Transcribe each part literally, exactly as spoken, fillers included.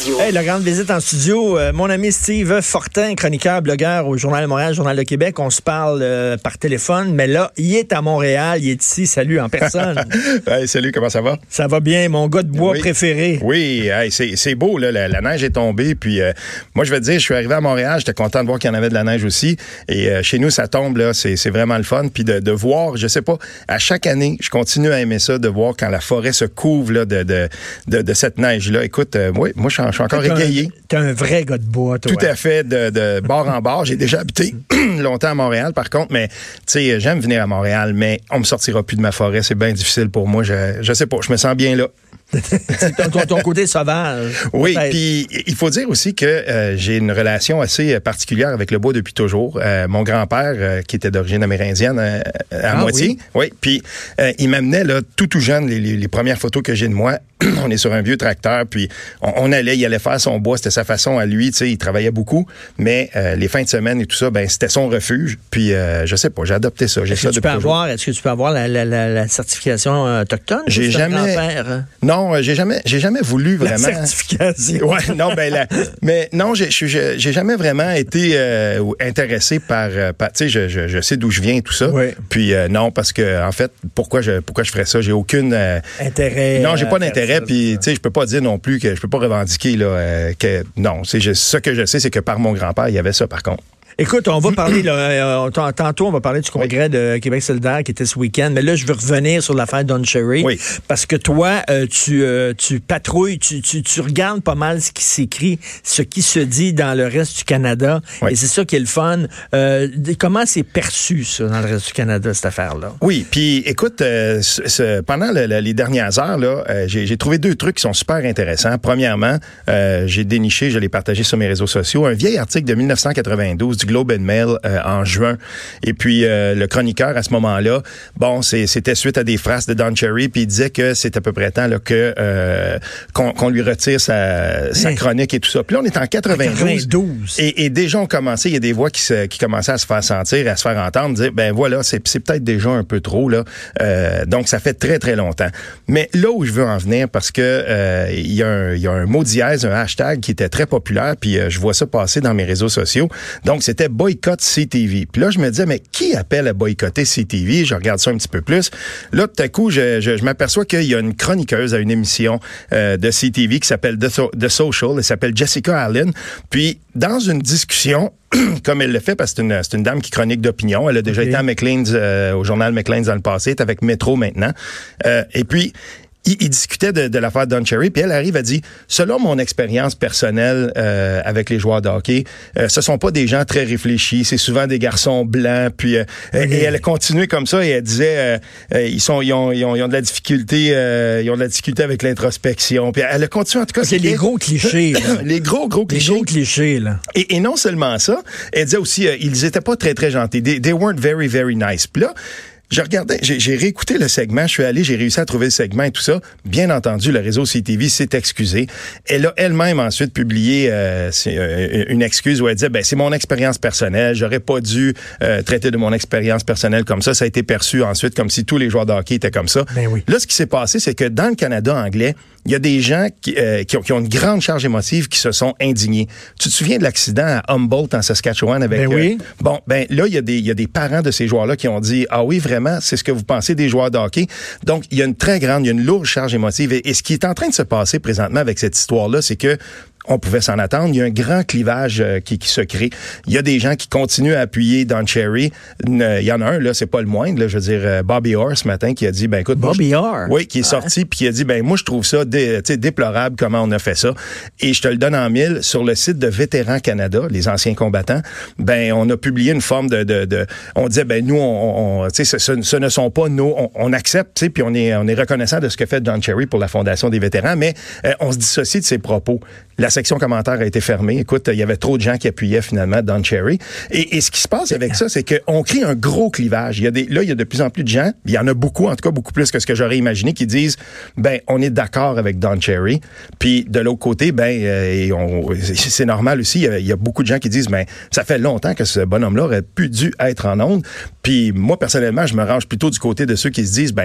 Radio. Hey, la grande visite en studio, euh, mon ami Steve Fortin, chroniqueur, blogueur au Journal de Montréal, Journal de Québec. On se parle euh, par téléphone, mais là, il est à Montréal, il est ici. Salut, en personne. Hey, salut, comment ça va? Ça va bien, mon gars de bois oui. préféré. Oui, hey, c'est, c'est beau, là, la, la neige est tombée. Puis euh, moi, je vais te dire, je suis arrivé à Montréal, j'étais content de voir qu'il y en avait de la neige aussi. Et euh, chez nous, ça tombe, là, c'est, c'est vraiment le fun. Puis de, de voir, je sais pas, à chaque année, je continue à aimer ça, de voir quand la forêt se couvre là, de, de, de, de cette neige-là. Écoute, euh, oui, moi, je suis encore T'es égayé. Un, t'es un vrai gars de bois, toi. Tout à fait, de, de bord en bord. J'ai déjà habité longtemps à Montréal, par contre, mais tu sais, j'aime venir à Montréal, mais on me sortira plus de ma forêt. C'est bien difficile pour moi. Je, je sais pas, je me sens bien là. ton, ton, ton côté sauvage. Oui, puis il faut dire aussi que euh, j'ai une relation assez particulière avec le bois depuis toujours. Euh, mon grand-père, euh, qui était d'origine amérindienne euh, à ah, moitié, oui, oui puis euh, il m'amenait là tout tout jeune les, les, les premières photos que j'ai de moi. On est sur un vieux tracteur, puis on, on allait, il allait faire son bois, c'était sa façon à lui, tu sais, il travaillait beaucoup, mais euh, les fins de semaine et tout ça, ben c'était son refuge. Puis euh, je sais pas, j'ai adopté ça. J'ai est-ce ça que tu peux avoir, est-ce que tu peux avoir la, la, la, la certification euh, autochtone? J'ai jamais. Hein? Non, j'ai jamais, j'ai jamais voulu vraiment. La certification. Ouais, non, ben la, mais non, j'ai, j'ai, j'ai jamais vraiment été euh, intéressé par, par tu sais, je, je, je sais d'où je viens et tout ça. Oui. Puis euh, non, parce que en fait, pourquoi je, pourquoi je ferais ça? J'ai aucune euh, intérêt. Non, j'ai pas d'intérêt. Puis tu sais, je peux pas dire non plus que je peux pas revendiquer là euh, que non. C'est je, ce que je sais, c'est que par mon grand-père, il y avait ça par contre. Écoute, on va parler, là, euh, tantôt, on va parler du congrès oui. de Québec solidaire qui était ce week-end, mais là, je veux revenir sur l'affaire Don Cherry, oui. parce que toi, euh, tu, euh, tu patrouilles, tu, tu, tu regardes pas mal ce qui s'écrit, ce qui se dit dans le reste du Canada, oui. et c'est ça qui est le fun. Euh, comment c'est perçu, ça, dans le reste du Canada, cette affaire-là? Oui, puis écoute, euh, ce, ce, pendant le, le, les dernières heures, là, euh, j'ai, j'ai trouvé deux trucs qui sont super intéressants. Premièrement, euh, j'ai déniché, je l'ai partagé sur mes réseaux sociaux, un vieil article de dix-neuf cent quatre-vingt-douze du Globe and Mail euh, en juin. Et puis, euh, le chroniqueur, à ce moment-là, bon, c'est, c'était suite à des phrases de Don Cherry, puis il disait que c'est à peu près temps là, que euh, qu'on, qu'on lui retire sa, sa chronique et tout ça. Puis là, on est en quatre-vingt-douze. quatre-vingt-douze. Et, et déjà, on commençait, il y a des voix qui, se, qui commençaient à se faire sentir, à se faire entendre, dire, ben voilà, c'est, c'est peut-être déjà un peu trop, là. Euh, donc, ça fait très, très longtemps. Mais là où je veux en venir, parce que euh, il y a un, il y a un mot dièse, un hashtag qui était très populaire, puis euh, je vois ça passer dans mes réseaux sociaux. Donc, c'était boycott C T V. Puis là, je me disais, mais qui appelle à boycotter C T V? Je regarde ça un petit peu plus. Là, tout à coup, je, je, je m'aperçois qu'il y a une chroniqueuse à une émission euh, de C T V qui s'appelle The, so- The Social. Elle s'appelle Jessica Allen. Puis, dans une discussion, comme elle le fait, parce que c'est une, c'est une dame qui chronique d'opinion. Elle a déjà okay. été à Maclean's, euh, au journal Maclean's dans le passé. Elle est avec Métro maintenant. Euh, et puis, Il, il discutait de, de l'affaire Don Cherry, puis elle arrive à dire, selon mon expérience personnelle euh, avec les joueurs de hockey, euh, ce sont pas des gens très réfléchis, c'est souvent des garçons blancs, puis euh, okay. et elle a continué comme ça et elle disait, euh, euh, ils sont, ils ont, ils ont, ils ont de la difficulté, euh, ils ont de la difficulté avec l'introspection, puis elle a continué en tout cas. C'est les gros clichés, là. les gros gros clichés. Les gros clichés là. Et, et non seulement ça, elle disait aussi, euh, ils étaient pas très très gentils, they, they weren't very very nice. Puis là. Je regardais, j'ai, j'ai réécouté le segment, je suis allé, j'ai réussi à trouver le segment et tout ça. Bien entendu, le réseau C T V s'est excusé. Elle a elle-même ensuite publié euh, une excuse où elle disait, ben c'est mon expérience personnelle, j'aurais pas dû euh, traiter de mon expérience personnelle comme ça. Ça a été perçu ensuite comme si tous les joueurs de hockey étaient comme ça. Ben oui. Là, ce qui s'est passé, c'est que dans le Canada anglais, il y a des gens qui, euh, qui, ont, qui ont une grande charge émotive qui se sont indignés. Tu te souviens de l'accident à Humboldt en Saskatchewan avec... Ben oui. Euh, bon, ben là, il y a des, il y a des parents de ces joueurs-là qui ont dit, ah oui, vraiment, c'est ce que vous pensez des joueurs de hockey. Donc, il y a une très grande, il y a une lourde charge émotive. Et, et ce qui est en train de se passer présentement avec cette histoire-là, c'est que on pouvait s'en attendre. Il y a un grand clivage euh, qui, qui se crée. Il y a des gens qui continuent à appuyer Don Cherry. Il y en a un, là, c'est pas le moindre, là, je veux dire, euh, Bobby Orr, ce matin, qui a dit, ben écoute... Bobby Orr? Oui, qui est sorti, puis qui a dit, ben moi, je trouve ça dé, déplorable comment on a fait ça. Et je te le donne en mille, sur le site de Vétérans Canada, les anciens combattants, ben on a publié une forme de... de, de on disait, ben nous, on, on tu sais, ce, ce ne sont pas nos... On, on accepte, tu sais, puis on est, on est reconnaissant de ce que fait Don Cherry pour la Fondation des vétérans, mais euh, on se dissocie de ses propos. La section commentaires a été fermée. Écoute, il y avait trop de gens qui appuyaient finalement Don Cherry. Et, et ce qui se passe avec ça, c'est qu'on crée un gros clivage. Il y a des, là, il y a de plus en plus de gens, il y en a beaucoup, en tout cas beaucoup plus que ce que j'aurais imaginé, qui disent, ben, on est d'accord avec Don Cherry. Puis de l'autre côté, ben, euh, et on, c'est normal aussi, il y, a, il y a beaucoup de gens qui disent, ben, ça fait longtemps que ce bonhomme-là aurait pu dû être en onde. Puis moi, personnellement, je me range plutôt du côté de ceux qui se disent, ben,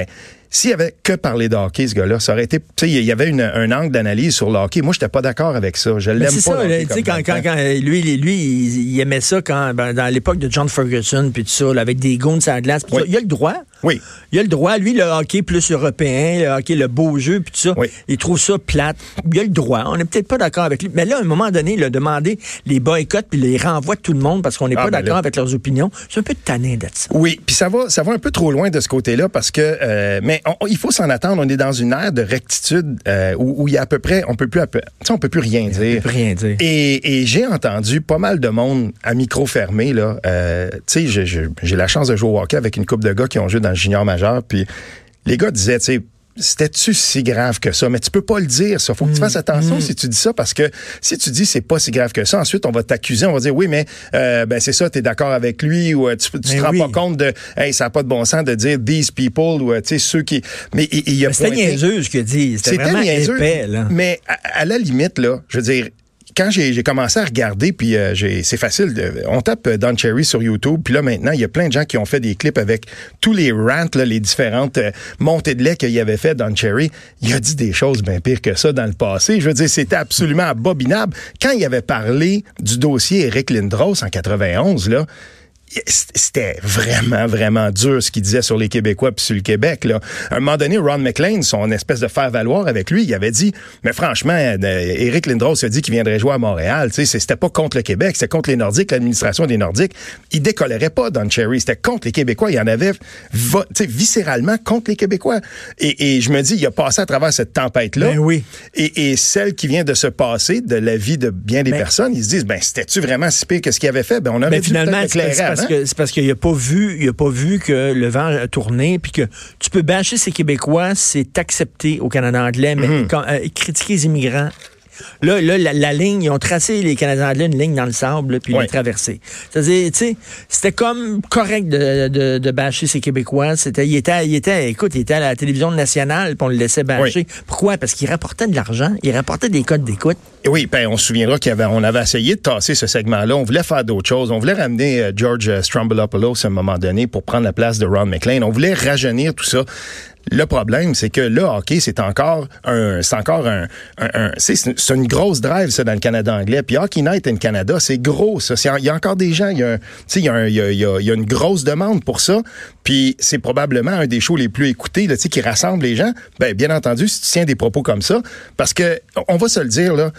s'il avait que parlé de hockey, ce gars-là, ça aurait été, tu sais, il y avait une, un angle d'analyse sur le hockey. Moi, j'étais pas d'accord avec ça. Je l'aime pas. C'est ça, tu sais, quand, quand, quand, lui, lui, il, il aimait ça quand, ben, dans l'époque de John Ferguson, puis tout ça, là, avec des goons sur la glace, puis oui. ça, il a le droit. Oui. Il a le droit. Lui, le hockey plus européen, le hockey, le beau jeu, puis tout ça, oui. il trouve ça plate. Il a le droit. On n'est peut-être pas d'accord avec lui. Mais là, à un moment donné, il a demandé les boycotts, puis les renvois de tout le monde parce qu'on n'est ah, pas ben d'accord là. avec leurs opinions. C'est un peu tanné d'être ça. Oui, puis ça va, ça va un peu trop loin de ce côté-là parce que, euh, mais on, il faut s'en attendre. On est dans une ère de rectitude euh, où, où il y a à peu près, on peut plus, on peut plus rien dire. On peut plus rien dire. Et, et j'ai entendu pas mal de monde à micro fermé là. Euh, tu sais, j'ai, j'ai la chance de jouer au hockey avec une couple de gars qui ont joué dans le junior majeur, puis les gars disaient, tu sais. C'était-tu si grave que ça? Mais tu peux pas le dire, ça. Faut que tu fasses attention mmh. si tu dis ça, parce que si tu dis c'est pas si grave que ça, ensuite on va t'accuser, on va dire oui, mais euh, ben c'est ça, t'es d'accord avec lui, ou tu, tu te rends oui. pas compte de hey, ça a pas de bon sens de dire these people, ou tu sais, ceux qui. Mais il y a mais c'était niaiseux ce qu'il dit. C'était, c'était vraiment niaiseux, épais, là. Mais à, à la limite, là, je veux dire. Quand j'ai, j'ai commencé à regarder, puis euh, j'ai, c'est facile, de, on tape Don Cherry sur YouTube, puis là maintenant, il y a plein de gens qui ont fait des clips avec tous les rants, là, les différentes euh, montées de lait qu'il avait fait, Don Cherry. Il a dit des choses bien pires que ça dans le passé. Je veux dire, c'était absolument abominable. Quand il avait parlé du dossier Eric Lindros en quatre-vingt-onze, là, c'était vraiment, vraiment dur ce qu'il disait sur les Québécois puis sur le Québec. Là. À un moment donné, Ron McLean, son espèce de faire-valoir avec lui, il avait dit, mais franchement, euh, Eric Lindros a dit qu'il viendrait jouer à Montréal. Tu sais, c'était pas contre le Québec, c'était contre les Nordiques, l'administration des Nordiques. Il décollerait pas Don Cherry, c'était contre les Québécois. Il y en avait va, viscéralement contre les Québécois. Et, et je me dis, il a passé à travers cette tempête-là. Ben oui. Et, et celle qui vient de se passer, de la vie de bien des ben, personnes, ils se disent, ben c'était-tu vraiment si pire que ce qu'il avait fait? Ben on aurait ben, dû finalement, peut-être éclairer avant. Parce que, c'est parce qu'il n'a pas vu, il a pas vu que le vent a tourné, puis que tu peux bâcher ces Québécois, c'est accepté au Canada anglais, mais mm-hmm. quand, euh, critiquer les immigrants. Là, là la, la ligne, ils ont tracé, les Canadiens anglais, une ligne dans le sable, là, puis ils ouais. l'ont traversée. C'est-à-dire, tu sais, c'était comme correct de, de, de bâcher ces Québécois. C'était, il était, il était, écoute, il était à la télévision nationale, puis on le laissait bâcher. Oui. Pourquoi? Parce qu'il rapportait de l'argent, il rapportait des codes d'écoute. Oui, ben on se souviendra qu'on avait, on avait essayé de tasser ce segment-là. On voulait faire d'autres choses. On voulait ramener euh, George euh, Stroumboulopoulos à un moment donné pour prendre la place de Ron McLean. On voulait rajeunir tout ça. Le problème, c'est que le hockey, c'est encore un, c'est encore un, un, un c'est, c'est une grosse drive, ça, dans le Canada anglais. Puis Hockey Night in Canada, c'est gros, ça. C'est, il y a encore des gens, il y a, tu sais, il y a, un, il y a, il y a, il y a une grosse demande pour ça. Puis c'est probablement un des shows les plus écoutés, là, tu sais, qui rassemble les gens. Ben, bien entendu, si tu tiens des propos comme ça, parce que, on va se le dire, là,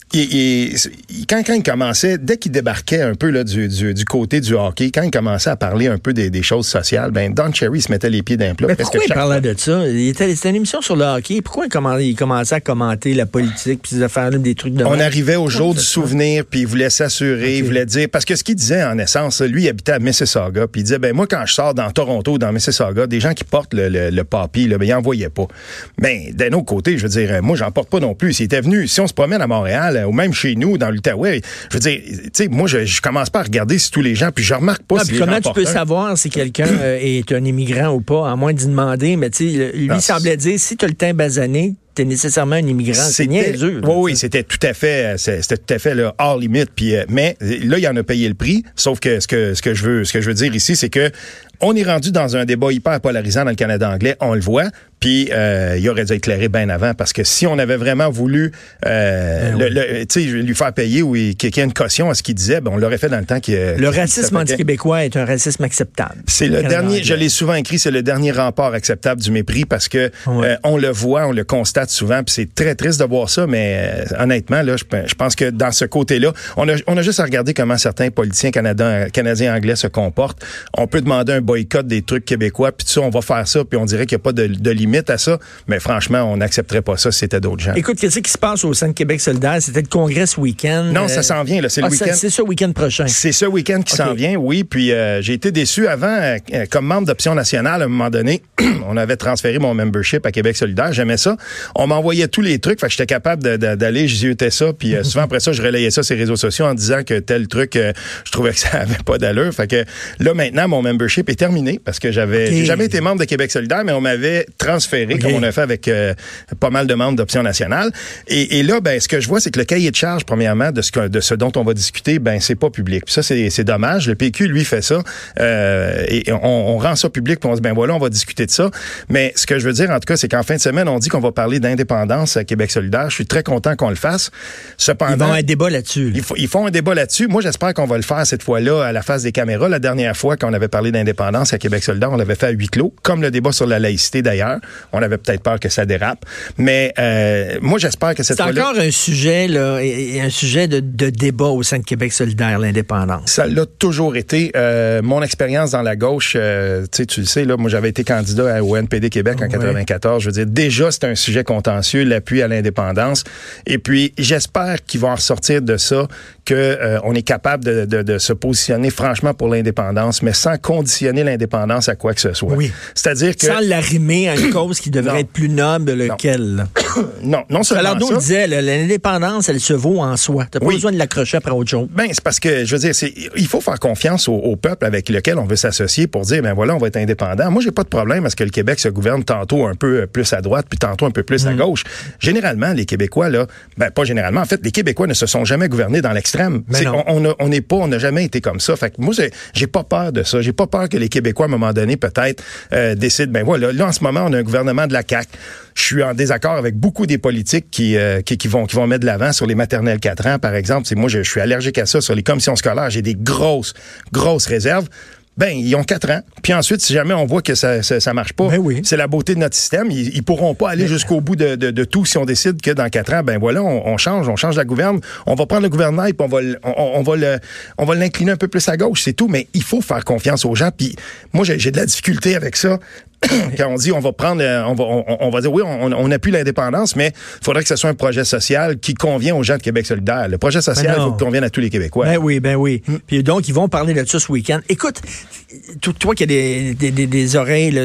Et, et, quand, quand il commençait, dès qu'il débarquait un peu là, du, du, du côté du hockey, quand il commençait à parler un peu des, des choses sociales, ben Don Cherry se mettait les pieds d'un plat. Mais pourquoi il parlait fois. de ça? Il était, c'était une émission sur le hockey. Pourquoi il commençait, il commençait à commenter la politique puis ces affaires-là, des trucs de On mal? arrivait au jour du souvenir, puis il voulait s'assurer, okay. il voulait dire... Parce que ce qu'il disait, en essence, lui, il habitait à Mississauga, puis il disait, ben moi, quand je sors dans Toronto, dans Mississauga, des gens qui portent le, le, le papier, là, ben ils en voyaient pas. Mais d'un autre côté, je veux dire, moi, j'en porte pas non plus. S'il était venu, si on se promène à Montréal, ou même chez nous, dans l'Outaouais, je veux dire, tu sais, moi, je, je commence pas à regarder si tous les gens, puis je remarque pas non, si les comment gens tu peux un. savoir si quelqu'un euh, est un immigrant ou pas, à moins d'y demander, mais tu sais, lui non, semblait dire, si tu as le teint basané, t'es nécessairement un immigrant. C'est niaiseux. Oui, oui, c'était tout à fait, c'était tout à fait là, hors limite. Puis, euh, mais là, il en a payé le prix. Sauf que ce que ce que je veux, ce que je veux dire ici, c'est que on est rendu dans un débat hyper polarisant dans le Canada anglais. On le voit. Puis, euh, il aurait dû éclairer bien avant, parce que si on avait vraiment voulu euh, ben le, oui. le, tu sais, lui faire payer ou qu'il y ait une caution à ce qu'il disait, ben on l'aurait fait dans le temps qu'il... Le racisme anti-québécois est un racisme acceptable. C'est le dernier, anglais. Je l'ai souvent écrit, c'est le dernier rempart acceptable du mépris, parce que ouais. euh, on le voit, on le constate souvent, puis c'est très triste de voir ça, mais euh, honnêtement, là, je, je pense que dans ce côté-là, on a, on a juste à regarder comment certains politiciens canadiens, canadiens anglais se comportent. On peut demander un boycott des trucs québécois, puis tout ça, on va faire ça, puis on dirait qu'il n'y a pas de, de limite à ça, mais franchement, on n'accepterait pas ça si c'était d'autres gens. Écoute, qu'est-ce qui se passe au Centre Québec solidaire? C'était le congrès ce week-end. Non, euh... ça s'en vient, là. C'est ah, le week-end. C'est ce week-end prochain. C'est ce week-end qui okay. s'en vient, oui. Puis euh, j'ai été déçu avant, euh, comme membre d'Option nationale, à un moment donné, on avait transféré mon membership à Québec solidaire. J'aimais ça. on m'envoyait tous les trucs, fait que j'étais capable de, de, d'aller, j'y ça, puis euh, souvent après ça, je relayais ça sur les réseaux sociaux en disant que tel truc, euh, je trouvais que ça avait pas d'allure. Fait que là, maintenant, mon membership est terminé parce que j'avais okay. j'ai jamais été membre de Québec solidaire, mais on m'avait transféré, okay. comme on a fait avec euh, pas mal de membres d'Option nationale. Et, et là, ben, ce que je vois, c'est que le cahier de charge, premièrement, de ce, que, de ce dont on va discuter, ben, c'est pas public. Puis ça, c'est, c'est dommage. Le P Q, lui, fait ça. Euh, et on, on rend ça public, puis on se dit, ben voilà, on va discuter de ça. Mais ce que je veux dire, en tout cas, c'est qu'en fin de semaine, on dit qu'on va parler d'indépendance à Québec solidaire. Je suis très content qu'on le fasse. Cependant, ils vont un débat là-dessus. Ils, ils font un débat là-dessus. Moi, j'espère qu'on va le faire cette fois-là à la face des caméras. La dernière fois qu'on avait parlé d'indépendance à Québec solidaire, on l'avait fait à huis clos, comme le débat sur la laïcité d'ailleurs. On avait peut-être peur que ça dérape. Mais euh, moi, j'espère que cette c'est fois-là... C'est encore un sujet, là, et, et un sujet de, de débat au sein de Québec solidaire, l'indépendance. Ça l'a toujours été. Euh, mon expérience dans la gauche, euh, tu sais, tu le sais, là, moi, j'avais été candidat au N P D Québec en ouais. quatre-vingt-quatorze. Je veux dire, déjà, c'était un sujet contentieux, l'appui à l'indépendance. Et puis, j'espère qu'ils vont en ressortir de ça, qu'on euh, est capable de, de, de se positionner franchement pour l'indépendance, mais sans conditionner l'indépendance à quoi que ce soit. Oui. C'est-à-dire que... Sans l'arrimer à une cause qui devrait non. être plus noble, lequel? Non, non seulement alors, ça. disait, là, l'indépendance, elle se vaut en soi. T'as pas oui. besoin de l'accrocher après autre chose. Ben, c'est parce que, je veux dire, c'est, il faut faire confiance au, au peuple avec lequel on veut s'associer pour dire, ben voilà, on va être indépendant. Moi, j'ai pas de problème à ce que le Québec se gouverne tantôt un peu plus à droite, puis tantôt un peu plus mmh. à gauche. Généralement, les Québécois, là, ben, pas généralement, en fait, les Québécois ne se sont jamais gouvernés dans l'extrême. C'est, on n'est pas, on n'a jamais été comme ça. Fait que moi, c'est, j'ai pas peur de ça. J'ai pas peur que les Québécois, à un moment donné, peut-être, euh, décident, ben voilà, là, en ce moment, on a un gouvernement de la C A Q. Je suis en désaccord avec beaucoup des politiques qui, euh, qui, qui vont qui vont mettre de l'avant sur les maternelles quatre ans, par exemple. C'est moi, je, je suis allergique à ça. Sur les commissions scolaires, j'ai des grosses, grosses réserves. Ben, ils ont quatre ans. Puis ensuite, si jamais on voit que ça ça, ça marche pas, ben oui. c'est la beauté de notre système. Ils, ils pourront pas aller ben jusqu'au bout de, de, de tout si on décide que dans quatre ans, ben voilà, on, on change, on change la gouverne. On va prendre le gouvernail puis on va, on, on va le, on va l'incliner un peu plus à gauche, c'est tout. Mais il faut faire confiance aux gens. Puis moi, j'ai, j'ai de la difficulté avec ça. Quand on dit on va prendre, on va, on, on va dire oui, on, on appuie l'indépendance, mais il faudrait que ce soit un projet social qui convient aux gens de Québec solidaire. Le projet social, il faut qu'il convienne à tous les Québécois. Ben oui, ben oui. Hum. Puis donc, ils vont parler de ça ce week-end. Écoute, toi qui as des, des, des, des oreilles, là,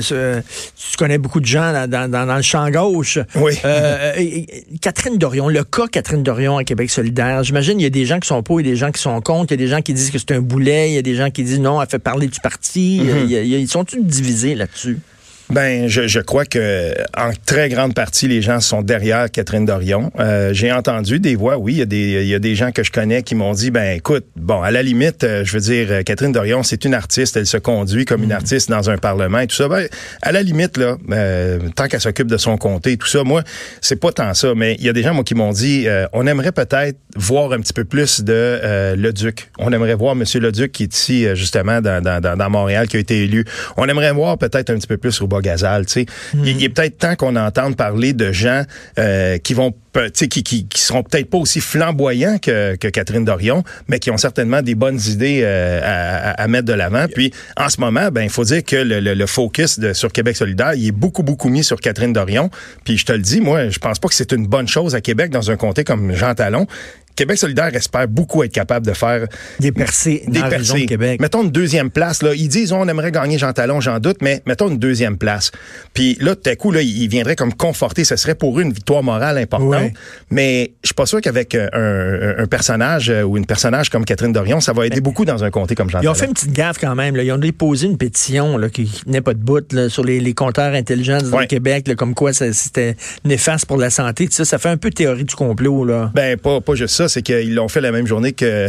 tu connais beaucoup de gens là, dans, dans, dans le champ gauche. Oui. Euh, Catherine Dorion, le cas Catherine Dorion à Québec solidaire, j'imagine il y a des gens qui sont pour, il y a des gens qui sont contre, il y a des gens qui disent que c'est un boulet, il y a des gens qui disent non, elle fait parler du parti. Mm-hmm. il y a, il y a, ils sont-ils divisés là-dessus? Ben, je, je crois que en très grande partie, les gens sont derrière Catherine Dorion. Euh, j'ai entendu des voix, oui, il y a des il y a des gens que je connais qui m'ont dit, ben écoute, bon, à la limite, euh, je veux dire, Catherine Dorion, c'est une artiste, elle se conduit comme une artiste dans un parlement et tout ça. Ben, à la limite, là, euh, tant qu'elle s'occupe de son comté et tout ça, moi, c'est pas tant ça. Mais il y a des gens, moi, qui m'ont dit, euh, on aimerait peut-être voir un petit peu plus de euh, Leduc. On aimerait voir Monsieur Leduc qui est ici, justement, dans, dans, dans Montréal, qui a été élu. On aimerait voir peut-être un petit peu plus Rouba Gazal, tu sais. Mm-hmm. Il, il est peut-être temps qu'on entende parler de gens euh, qui vont Qui, qui, qui, qui seront peut-être pas aussi flamboyants que, que Catherine Dorion, mais qui ont certainement des bonnes idées euh, à, à, à mettre de l'avant. Puis, en ce moment, ben il faut dire que le, le, le focus de, sur Québec solidaire, il est beaucoup, beaucoup mis sur Catherine Dorion. Puis, je te le dis, moi, je pense pas que c'est une bonne chose à Québec dans un comté comme Jean Talon. Québec solidaire espère beaucoup être capable de faire des percées des dans la région de Québec. Mettons une deuxième place. Là. Ils disent, on aimerait gagner Jean Talon, j'en doute, mais mettons une deuxième place. Puis là, tout à coup, là, il viendrait comme conforter. Ce serait pour eux une victoire morale importante. Ouais. Mais je suis pas sûr qu'avec un, un, un personnage euh, ou une personnage comme Catherine Dorion, ça va aider mais beaucoup dans un comté comme Jean Talon. Ils ont fait une petite gaffe quand même. Là. Ils ont déposé une pétition là, qui n'est pas de bout là, sur les, les compteurs intelligents du ouais. Québec, là, comme quoi ça, c'était néfaste pour la santé. Ça, ça fait un peu théorie du complot. Là. Ben, pas, pas juste ça. C'est qu'ils l'ont fait la même journée que,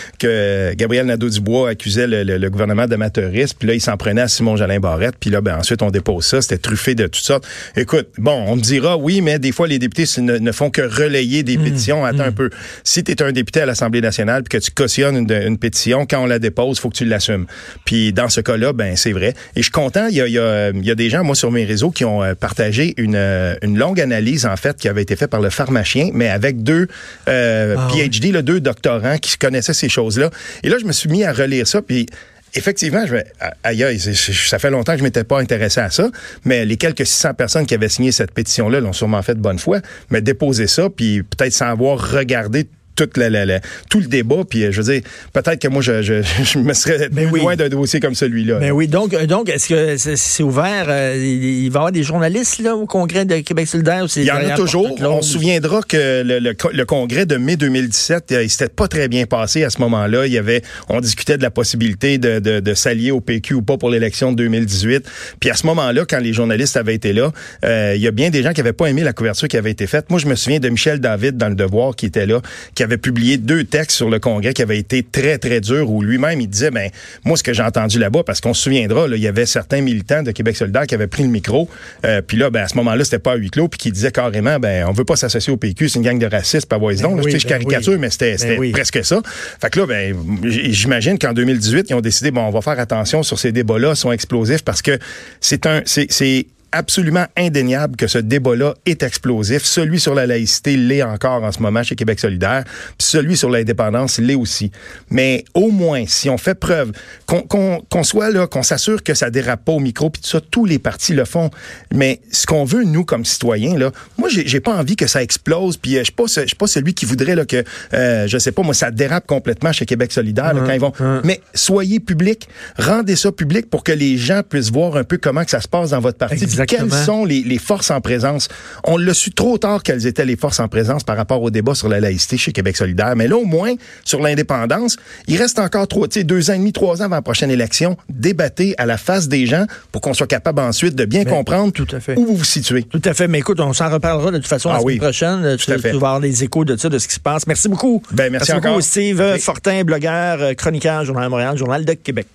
que Gabriel Nadeau-Dubois accusait le, le, le gouvernement d'amateurisme. Puis là, il s'en prenait à Simon-Jolin Barrette. Puis là, ben ensuite, on dépose ça. C'était truffé de toutes sortes. Écoute, bon, on me dira, oui, mais des fois, les députés ne, ne font que relayer des mmh, pétitions. Attends mmh. un peu. Si tu es un député à l'Assemblée nationale puis que tu cautionnes une, une pétition, quand on la dépose, il faut que tu l'assumes. Puis dans ce cas-là, ben c'est vrai. Et je suis content. Il y a, il y a, il y a des gens, moi, sur mes réseaux, qui ont partagé une, une longue analyse, en fait, qui avait été faite par le pharmacien, mais avec deux euh, oh. P H D, là, deux doctorants qui connaissaient ces choses-là. Et là, je me suis mis à relire ça, puis effectivement, je vais, aïe, aïe, ça fait longtemps que je m'étais pas intéressé à ça, mais les quelques six cents personnes qui avaient signé cette pétition-là l'ont sûrement fait de bonne foi, mais déposer ça, puis peut-être sans avoir regardé toute la, la, la, tout le débat. Puis, je veux dire, peut-être que moi, je, je, je me serais ben plus oui. loin d'un dossier comme celui-là. Ben oui, donc, donc est-ce que c'est, c'est ouvert? Euh, il va y avoir des journalistes là, au congrès de Québec solidaire? Ou c'est il y en a toujours. On se souviendra que le, le, le congrès de mai deux mille dix-sept, il s'était pas très bien passé à ce moment-là. Il y avait, on discutait de la possibilité de, de, de s'allier au P Q ou pas pour l'élection de deux mille dix-huit. Puis à ce moment-là, quand les journalistes avaient été là, euh, il y a bien des gens qui avaient pas aimé la couverture qui avait été faite. Moi, je me souviens de Michel David dans Le Devoir qui était là, qui avait publié deux textes sur le congrès qui avaient été très, très durs, où lui-même, il disait, ben moi, ce que j'ai entendu là-bas, parce qu'on se souviendra, là, il y avait certains militants de Québec solidaire qui avaient pris le micro, euh, puis là, ben à ce moment-là, c'était pas à huis clos, puis qui disaient carrément, ben on veut pas s'associer au P Q, c'est une gang de racistes, pas voisin. Ben oui, je caricature, oui. mais c'était, c'était ben oui. presque ça. Fait que là, ben j'imagine qu'en deux mille dix-huit, ils ont décidé, bon, on va faire attention sur ces débats-là, ils sont explosifs, parce que c'est un, c'est, c'est absolument indéniable que ce débat-là est explosif. Celui sur la laïcité l'est encore en ce moment chez Québec solidaire, puis celui sur l'indépendance l'est aussi. Mais au moins, si on fait preuve, qu'on, qu'on, qu'on soit là, qu'on s'assure que ça dérape pas au micro, puis tout ça, tous les partis le font. Mais ce qu'on veut, nous, comme citoyens, là, moi, j'ai, j'ai pas envie que ça explose, puis euh, je suis pas, je suis pas celui qui voudrait là, que, euh, je sais pas, moi, ça dérape complètement chez Québec solidaire, mmh, là, quand ils vont... Mmh. Mais soyez public, rendez ça public pour que les gens puissent voir un peu comment que ça se passe dans votre parti. Exactement. Quelles sont les, les forces en présence? On l'a su trop tard quelles étaient les forces en présence par rapport au débat sur la laïcité chez Québec solidaire. Mais là, au moins, sur l'indépendance, il reste encore trois, tu sais, deux ans et demi, trois ans avant la prochaine élection. Débattez à la face des gens pour qu'on soit capable ensuite de bien mais, comprendre tout à fait. Où vous vous situez. Tout à fait. Mais écoute, on s'en reparlera de toute façon ah, la semaine oui. prochaine. Tu, tu vas avoir les échos de ça, de ce qui se passe. Merci beaucoup. Ben, merci, merci encore. Beaucoup, Steve okay. Fortin, blogueur, chroniqueur, Journal de Montréal, Journal de Québec.